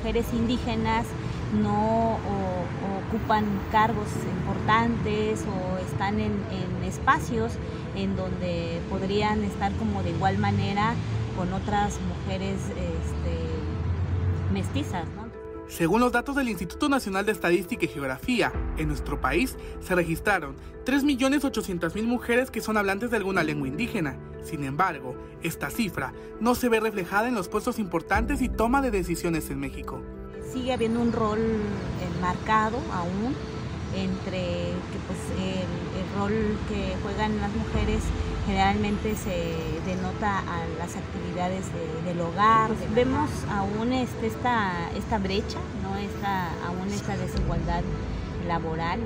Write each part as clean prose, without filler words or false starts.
mujeres indígenas no ocupan cargos importantes o están en espacios en donde podrían estar como de igual manera con otras mujeres mestizas, ¿no? Según los datos del Instituto Nacional de Estadística y Geografía, en nuestro país se registraron 3.800.000 mujeres que son hablantes de alguna lengua indígena. Sin embargo, esta cifra no se ve reflejada en los puestos importantes y toma de decisiones en México. Sigue habiendo un rol marcado aún entre que pues, el rol que juegan las mujeres generalmente se denota a las actividades del hogar. Vemos aún esta brecha, aún esta desigualdad laboral,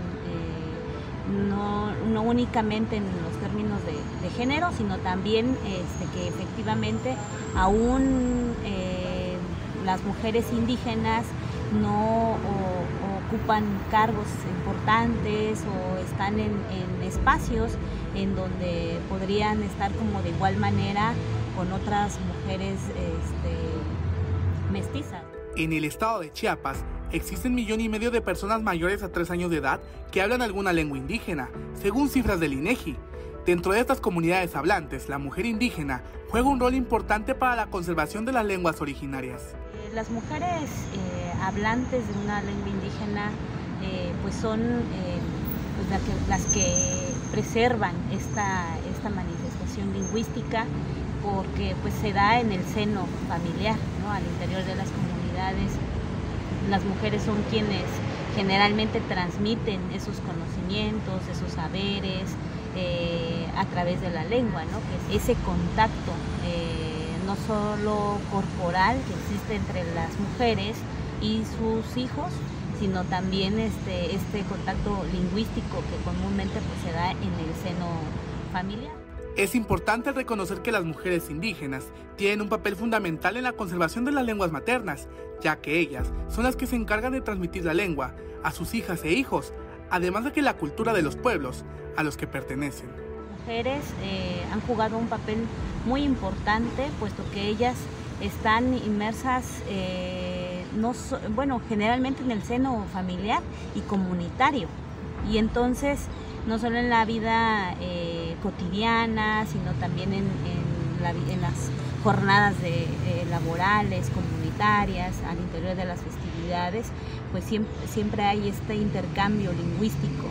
no únicamente en los términos de género, sino también que efectivamente aún las mujeres indígenas no ocupan cargos importantes o están en espacios en donde podrían estar como de igual manera con otras mujeres mestizas. En el estado de Chiapas existen 1,5 millones de personas mayores a 3 años de edad que hablan alguna lengua indígena, según cifras del INEGI. Dentro de estas comunidades hablantes, la mujer indígena juega un rol importante para la conservación de las lenguas originarias. Las mujeres hablantes de una lengua indígena pues son las que preservan esta manifestación lingüística, porque pues se da en el seno familiar, ¿no? Al interior de las comunidades. Las mujeres son quienes generalmente transmiten esos conocimientos, esos saberes a través de la lengua, ¿no? Que es ese contacto no solo corporal que existe entre las mujeres y sus hijos, sino también este contacto lingüístico que comúnmente pues, se da en el seno familiar. Es importante reconocer que las mujeres indígenas tienen un papel fundamental en la conservación de las lenguas maternas, ya que ellas son las que se encargan de transmitir la lengua a sus hijas e hijos, además de que la cultura de los pueblos a los que pertenecen. Las mujeres han jugado un papel muy importante, puesto que ellas están inmersas generalmente en el seno familiar y comunitario, y entonces no solo en la vida cotidiana, sino también en las jornadas laborales, comunitarias, al interior de las festividades, pues siempre hay este intercambio lingüístico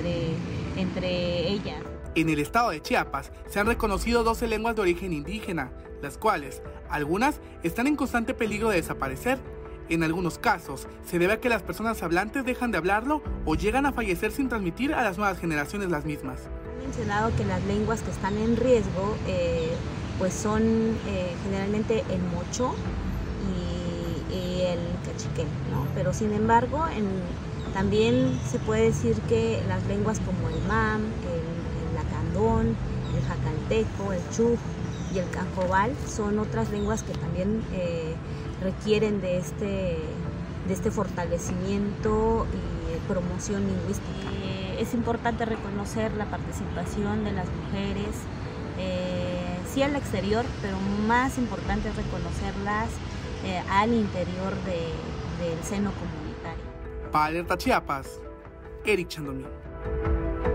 entre ellas. En el estado de Chiapas se han reconocido 12 lenguas de origen indígena, las cuales, algunas, están en constante peligro de desaparecer. En algunos casos, se debe a que las personas hablantes dejan de hablarlo o llegan a fallecer sin transmitir a las nuevas generaciones las mismas. He mencionado que las lenguas que están en riesgo pues son generalmente el mocho y el cachiquel, ¿no? Pero sin embargo, también se puede decir que las lenguas como el mam, el lacandón, el jacalteco, el chuj y el canjobal son otras lenguas que también requieren de este fortalecimiento y promoción lingüística. Es importante reconocer la participación de las mujeres, sí al exterior, pero más importante es reconocerlas al interior del seno comunitario. Para Alerta Chiapas, Eric Chandomí.